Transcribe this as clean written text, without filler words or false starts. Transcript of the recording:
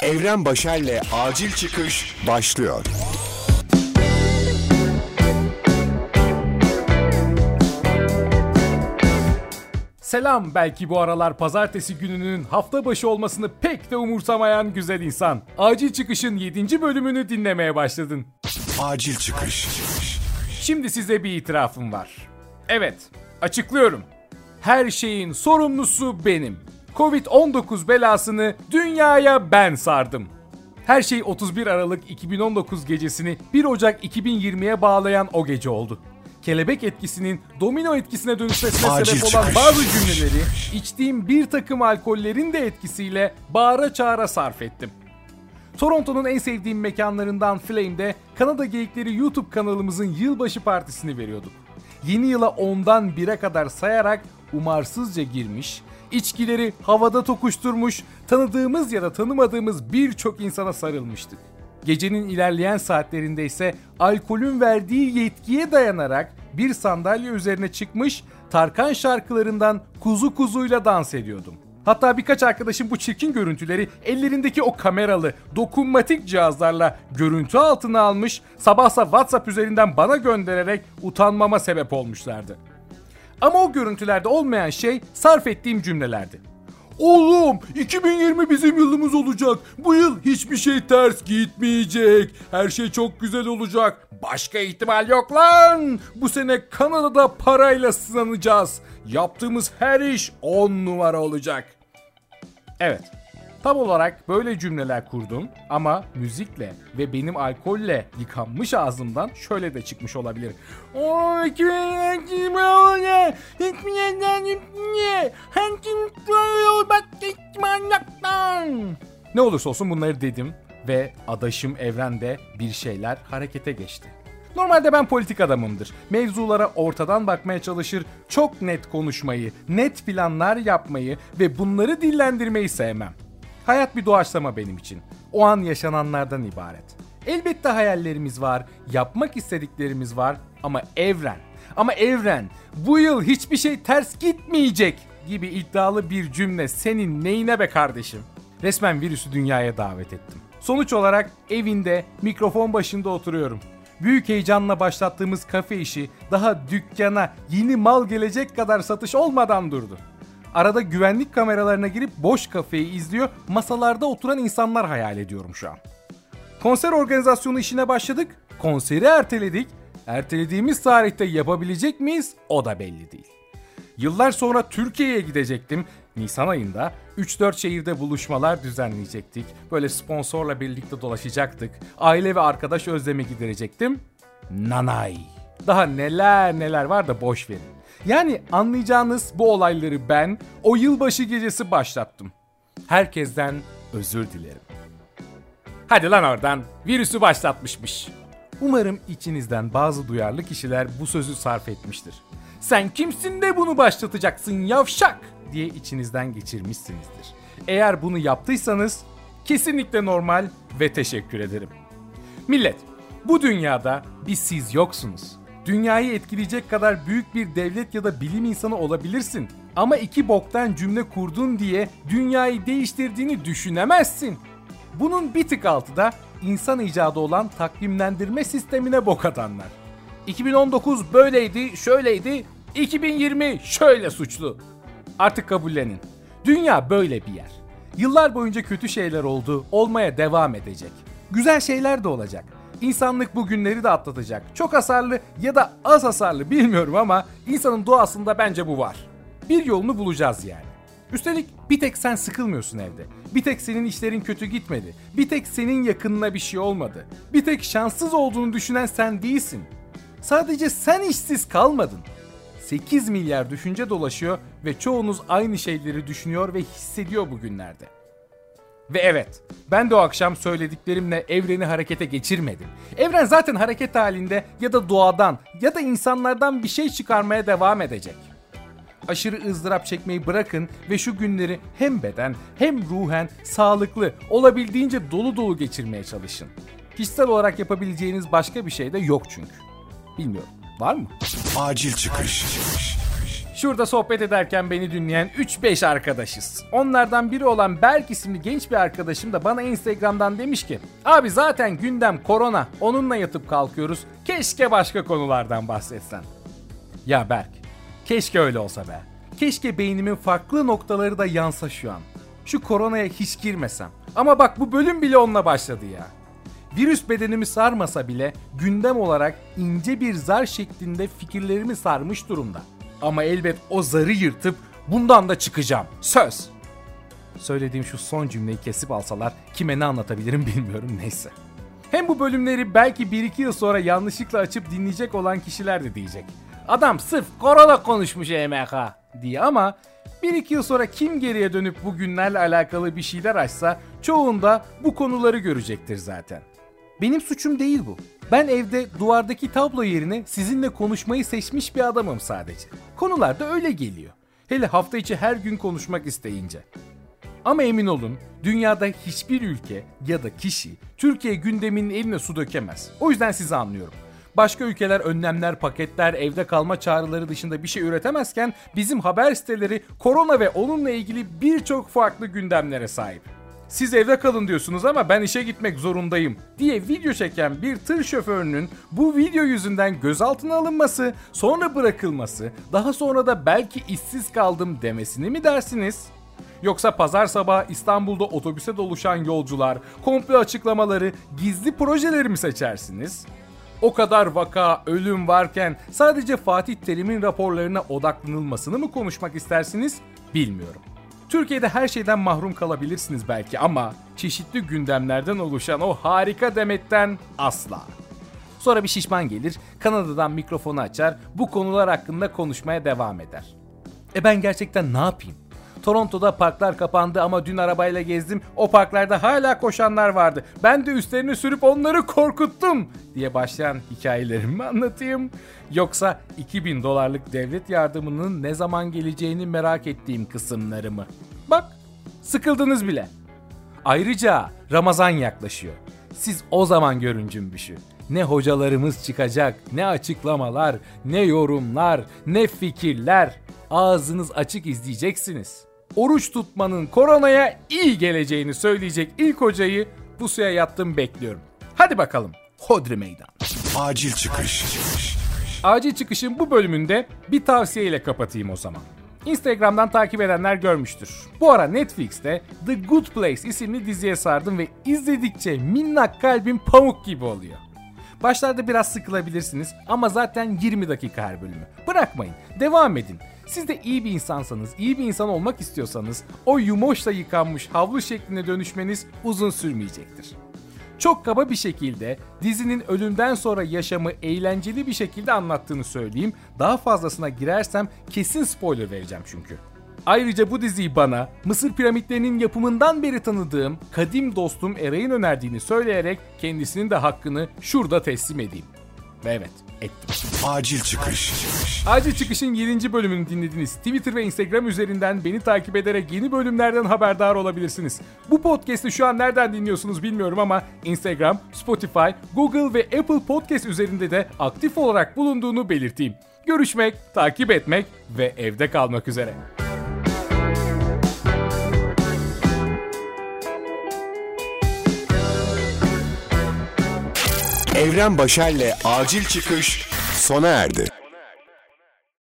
Evren Başer'le Acil Çıkış başlıyor. Selam, belki bu aralar pazartesi gününün hafta başı olmasını pek de umursamayan güzel insan. Acil Çıkış'ın 7. bölümünü dinlemeye başladın. Acil Çıkış. Şimdi size bir itirafım var. Evet, açıklıyorum. Her şeyin sorumlusu benim. Covid-19 belasını dünyaya ben sardım. Her şey 31 Aralık 2019 gecesini 1 Ocak 2020'ye bağlayan o gece oldu. Kelebek etkisinin domino etkisine dönüşmesine sebep olan bazı cümleleri içtiğim bir takım alkollerin de etkisiyle bağıra çağıra sarf ettim. Toronto'nun en sevdiğim mekanlarından Flame'de Kanada Geyikleri YouTube kanalımızın yılbaşı partisini veriyorduk. Yeni yıla 10'dan 1'e kadar sayarak umarsızca girmiş, içkileri havada tokuşturmuş, tanıdığımız ya da tanımadığımız birçok insana sarılmıştık. Gecenin ilerleyen saatlerinde ise alkolün verdiği yetkiye dayanarak bir sandalye üzerine çıkmış, Tarkan şarkılarından kuzu kuzuyla dans ediyordum. Hatta birkaç arkadaşım bu çirkin görüntüleri ellerindeki o kameralı, dokunmatik cihazlarla görüntü altına almış, sabahsa WhatsApp üzerinden bana göndererek utanmama sebep olmuşlardı. Ama o görüntülerde olmayan şey sarf ettiğim cümlelerdi. Oğlum, 2020 bizim yılımız olacak. Bu yıl hiçbir şey ters gitmeyecek. Her şey çok güzel olacak. Başka ihtimal yok lan. Bu sene Kanada'da parayla sınanacağız. Yaptığımız her iş 10 numara olacak. Evet, tam olarak böyle cümleler kurdum ama müzikle ve benim alkolle yıkanmış ağzımdan şöyle de çıkmış olabilir. Ne olursa olsun bunları dedim ve adaşım evrende bir şeyler harekete geçti. Normalde ben politik adamımdır. Mevzulara ortadan bakmaya çalışır, çok net konuşmayı, net planlar yapmayı ve bunları dillendirmeyi sevmem. Hayat bir doğaçlama benim için. O an yaşananlardan ibaret. Elbette hayallerimiz var, yapmak istediklerimiz var ama evren, bu yıl hiçbir şey ters gitmeyecek gibi iddialı bir cümle senin neyine be kardeşim? Resmen virüsü dünyaya davet ettim. Sonuç olarak evinde mikrofon başında oturuyorum. Büyük heyecanla başlattığımız kafe işi daha dükkana yeni mal gelecek kadar satış olmadan durdu. Arada güvenlik kameralarına girip boş kafeyi izliyor, masalarda oturan insanlar hayal ediyorum şu an. Konser organizasyonu işine başladık, konseri erteledik. Ertelediğimiz tarihte yapabilecek miyiz? O da belli değil. Yıllar sonra Türkiye'ye gidecektim. Nisan ayında 3-4 şehirde buluşmalar düzenleyecektik. Böyle sponsorla birlikte dolaşacaktık. Aile ve arkadaş özlemi giderecektim. Nanay. Daha neler var da boş verin. Yani anlayacağınız bu olayları ben o yılbaşı gecesi başlattım. Herkesten özür dilerim. Hadi lan oradan, virüsü başlatmışmış. Umarım içinizden bazı duyarlı kişiler bu sözü sarf etmiştir. Sen kimsin de bunu başlatacaksın yavşak diye içinizden geçirmişsinizdir. Eğer bunu yaptıysanız kesinlikle normal ve teşekkür ederim. Millet, bu dünyada bir siz yoksunuz. Dünyayı etkileyecek kadar büyük bir devlet ya da bilim insanı olabilirsin. Ama iki boktan cümle kurdun diye dünyayı değiştirdiğini düşünemezsin. Bunun bir tık altı da insan icadı olan takvimlendirme sistemine bok atanlar. 2019 böyleydi, şöyleydi, 2020 şöyle suçlu. Artık kabullenin. Dünya böyle bir yer. Yıllar boyunca kötü şeyler oldu, olmaya devam edecek. Güzel şeyler de olacak. İnsanlık bu günleri de atlatacak. Çok hasarlı ya da az hasarlı bilmiyorum ama insanın doğasında bence bu var. Bir yolunu bulacağız yani. Üstelik bir tek sen sıkılmıyorsun evde. Bir tek senin işlerin kötü gitmedi. Bir tek senin yakınına bir şey olmadı. Bir tek şanssız olduğunu düşünen sen değilsin. Sadece sen işsiz kalmadın. 8 milyar düşünce dolaşıyor ve çoğunuz aynı şeyleri düşünüyor ve hissediyor bugünlerde. Ve evet, ben de o akşam söylediklerimle evreni harekete geçirmedim. Evren zaten hareket halinde ya da doğadan ya da insanlardan bir şey çıkarmaya devam edecek. Aşırı ızdırap çekmeyi bırakın ve şu günleri hem beden hem ruhen sağlıklı, olabildiğince dolu dolu geçirmeye çalışın. Kişisel olarak yapabileceğiniz başka bir şey de yok çünkü. Bilmiyorum, var mı? Acil Çıkış. Şurada sohbet ederken beni dinleyen 3-5 arkadaşız. Onlardan biri olan Berk isimli genç bir arkadaşım da bana Instagram'dan demiş ki abi zaten gündem korona, onunla yatıp kalkıyoruz, keşke başka konulardan bahsetsen. Ya Berk, keşke öyle olsa be. Keşke beynimin farklı noktaları da yansa şu an. Şu koronaya hiç girmesem. Ama bak bu bölüm bile onunla başladı ya. Virüs bedenimi sarmasa bile gündem olarak ince bir zar şeklinde fikirlerimi sarmış durumda. Ama elbet o zarı yırtıp bundan da çıkacağım. Söz. Söylediğim şu son cümleyi kesip alsalar kime ne anlatabilirim bilmiyorum, neyse. Hem bu bölümleri belki 1-2 yıl sonra yanlışlıkla açıp dinleyecek olan kişiler de diyecek. Adam sırf korona konuşmuş EMK diye, ama 1-2 yıl sonra kim geriye dönüp bu günlerle alakalı bir şeyler açsa çoğunda bu konuları görecektir zaten. Benim suçum değil bu. Ben evde duvardaki tablo yerine sizinle konuşmayı seçmiş bir adamım sadece. Konular da öyle geliyor. Hele hafta içi her gün konuşmak isteyince. Ama emin olun, dünyada hiçbir ülke ya da kişi Türkiye gündeminin eline su dökemez. O yüzden sizi anlıyorum. Başka ülkeler önlemler, paketler, evde kalma çağrıları dışında bir şey üretemezken bizim haber siteleri korona ve onunla ilgili birçok farklı gündemlere sahip. Siz evde kalın diyorsunuz ama ben işe gitmek zorundayım diye video çeken bir tır şoförünün bu video yüzünden gözaltına alınması, sonra bırakılması, daha sonra da belki işsiz kaldım demesini mi dersiniz? Yoksa pazar sabahı İstanbul'da otobüse doluşan yolcular, komplo açıklamaları, gizli projeleri mi seçersiniz? O kadar vaka, ölüm varken sadece Fatih Terim'in raporlarına odaklanılmasını mı konuşmak istersiniz? Bilmiyorum. Türkiye'de her şeyden mahrum kalabilirsiniz belki ama çeşitli gündemlerden oluşan o harika demetten asla. Sonra bir şişman gelir, Kanada'dan mikrofonu açar, bu konular hakkında konuşmaya devam eder. Ben gerçekten ne yapayım? Toronto'da parklar kapandı ama dün arabayla gezdim, o parklarda hala koşanlar vardı. Ben de üstlerini sürüp onları korkuttum diye başlayan hikayelerimi mi anlatayım? Yoksa $2000 devlet yardımının ne zaman geleceğini merak ettiğim kısımları mı? Bak, sıkıldınız bile. Ayrıca Ramazan yaklaşıyor. Siz o zaman görün cümbüşü. Ne hocalarımız çıkacak, ne açıklamalar, ne yorumlar, ne fikirler. Ağzınız açık izleyeceksiniz. Oruç tutmanın koronaya iyi geleceğini söyleyecek ilk hocayı pusuya yattım bekliyorum. Hadi bakalım, hodri meydan. Acil çıkış. Acil çıkışın bu bölümünde bir tavsiyeyle kapatayım o zaman. Instagram'dan takip edenler görmüştür. Bu ara Netflix'te The Good Place isimli diziye sardım ve izledikçe minnak kalbim pamuk gibi oluyor. Başlarda biraz sıkılabilirsiniz ama zaten 20 dakika her bölümü. Bırakmayın, devam edin. Siz de iyi bir insansanız, iyi bir insan olmak istiyorsanız o yumoşla yıkanmış havlu şekline dönüşmeniz uzun sürmeyecektir. Çok kaba bir şekilde dizinin ölümden sonra yaşamı eğlenceli bir şekilde anlattığını söyleyeyim. Daha fazlasına girersem kesin spoiler vereceğim çünkü. Ayrıca bu diziyi bana Mısır piramitlerinin yapımından beri tanıdığım kadim dostum Eray'ın önerdiğini söyleyerek kendisinin de hakkını şurada teslim edeyim. Ve evet, ettim. Acil çıkış. Acil Çıkış'ın 7. bölümünü dinlediniz. Twitter ve Instagram üzerinden beni takip ederek yeni bölümlerden haberdar olabilirsiniz. Bu podcast'i şu an nereden dinliyorsunuz bilmiyorum ama Instagram, Spotify, Google ve Apple Podcast üzerinde de aktif olarak bulunduğunu belirteyim. Görüşmek, takip etmek ve evde kalmak üzere. Evren Başer'le Acil Çıkış sona erdi.